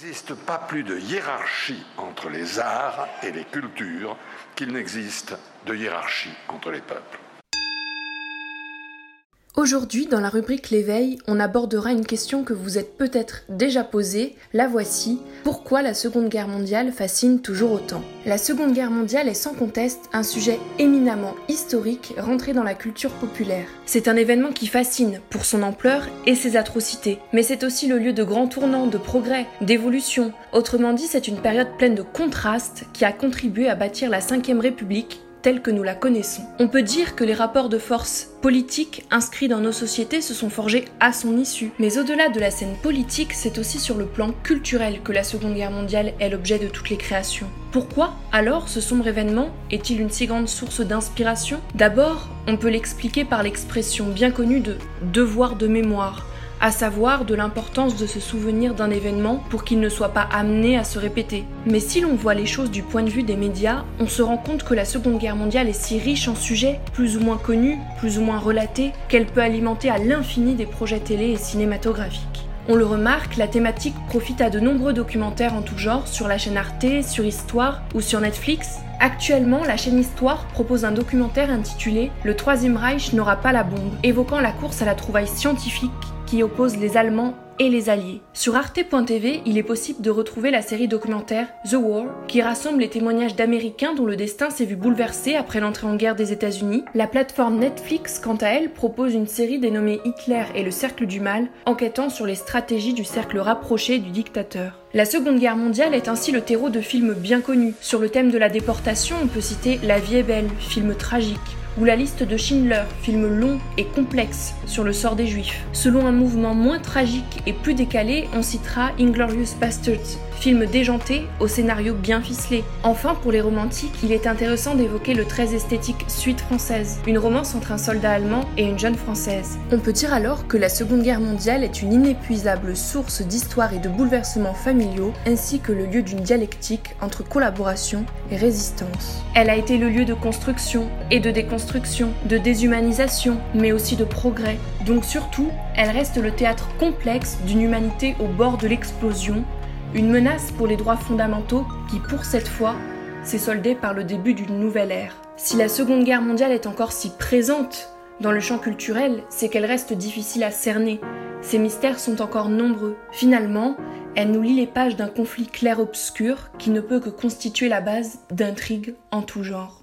n'existe pas plus de hiérarchie entre les arts et les cultures qu'il n'existe de hiérarchie entre les peuples. Aujourd'hui, dans la rubrique L'éveil, on abordera une question que vous êtes peut-être déjà posée, la voici. Pourquoi la Seconde Guerre mondiale fascine toujours autant ? La Seconde Guerre mondiale est sans conteste un sujet éminemment historique rentré dans la culture populaire. C'est un événement qui fascine pour son ampleur et ses atrocités, mais c'est aussi le lieu de grands tournants, de progrès, d'évolution. Autrement dit, c'est une période pleine de contrastes qui a contribué à bâtir la Ve République telle que nous la connaissons. On peut dire que les rapports de force politiques inscrits dans nos sociétés se sont forgés à son issue. Mais au-delà de la scène politique, c'est aussi sur le plan culturel que la Seconde Guerre mondiale est l'objet de toutes les créations. Pourquoi, alors, ce sombre événement est-il une si grande source d'inspiration ? D'abord, on peut l'expliquer par l'expression bien connue de « devoir de mémoire », à savoir de l'importance de se souvenir d'un événement pour qu'il ne soit pas amené à se répéter. Mais si l'on voit les choses du point de vue des médias, on se rend compte que la Seconde Guerre mondiale est si riche en sujets, plus ou moins connus, plus ou moins relatés, qu'elle peut alimenter à l'infini des projets télé et cinématographiques. On le remarque, la thématique profite à de nombreux documentaires en tout genre sur la chaîne Arte, sur Histoire ou sur Netflix. Actuellement, la chaîne Histoire propose un documentaire intitulé « Le Troisième Reich n'aura pas la bombe », évoquant la course à la trouvaille scientifique qui oppose les Allemands et les Alliés. Sur arte.tv, il est possible de retrouver la série documentaire The War, qui rassemble les témoignages d'Américains dont le destin s'est vu bouleversé après l'entrée en guerre des États-Unis. La plateforme Netflix, quant à elle, propose une série dénommée Hitler et le cercle du mal, enquêtant sur les stratégies du cercle rapproché du dictateur. La Seconde Guerre mondiale est ainsi le terreau de films bien connus. Sur le thème de la déportation, on peut citer La vie est belle, film tragique, ou La liste de Schindler, film long et complexe sur le sort des Juifs. Selon un mouvement moins tragique et plus décalé, on citera Inglourious Basterds, film déjanté au scénario bien ficelé. Enfin, pour les romantiques, il est intéressant d'évoquer le très esthétique Suite française, une romance entre un soldat allemand et une jeune française. On peut dire alors que la Seconde Guerre mondiale est une inépuisable source d'histoire et de bouleversements familiaux, ainsi que le lieu d'une dialectique entre collaboration et résistance. Elle a été le lieu de construction et de déconstruction, de déshumanisation, mais aussi de progrès. Donc surtout, elle reste le théâtre complexe d'une humanité au bord de l'explosion, une menace pour les droits fondamentaux qui, pour cette fois, s'est soldée par le début d'une nouvelle ère. Si la Seconde Guerre mondiale est encore si présente dans le champ culturel, c'est qu'elle reste difficile à cerner. Ses mystères sont encore nombreux. Finalement, elle nous lie les pages d'un conflit clair-obscur qui ne peut que constituer la base d'intrigues en tout genre.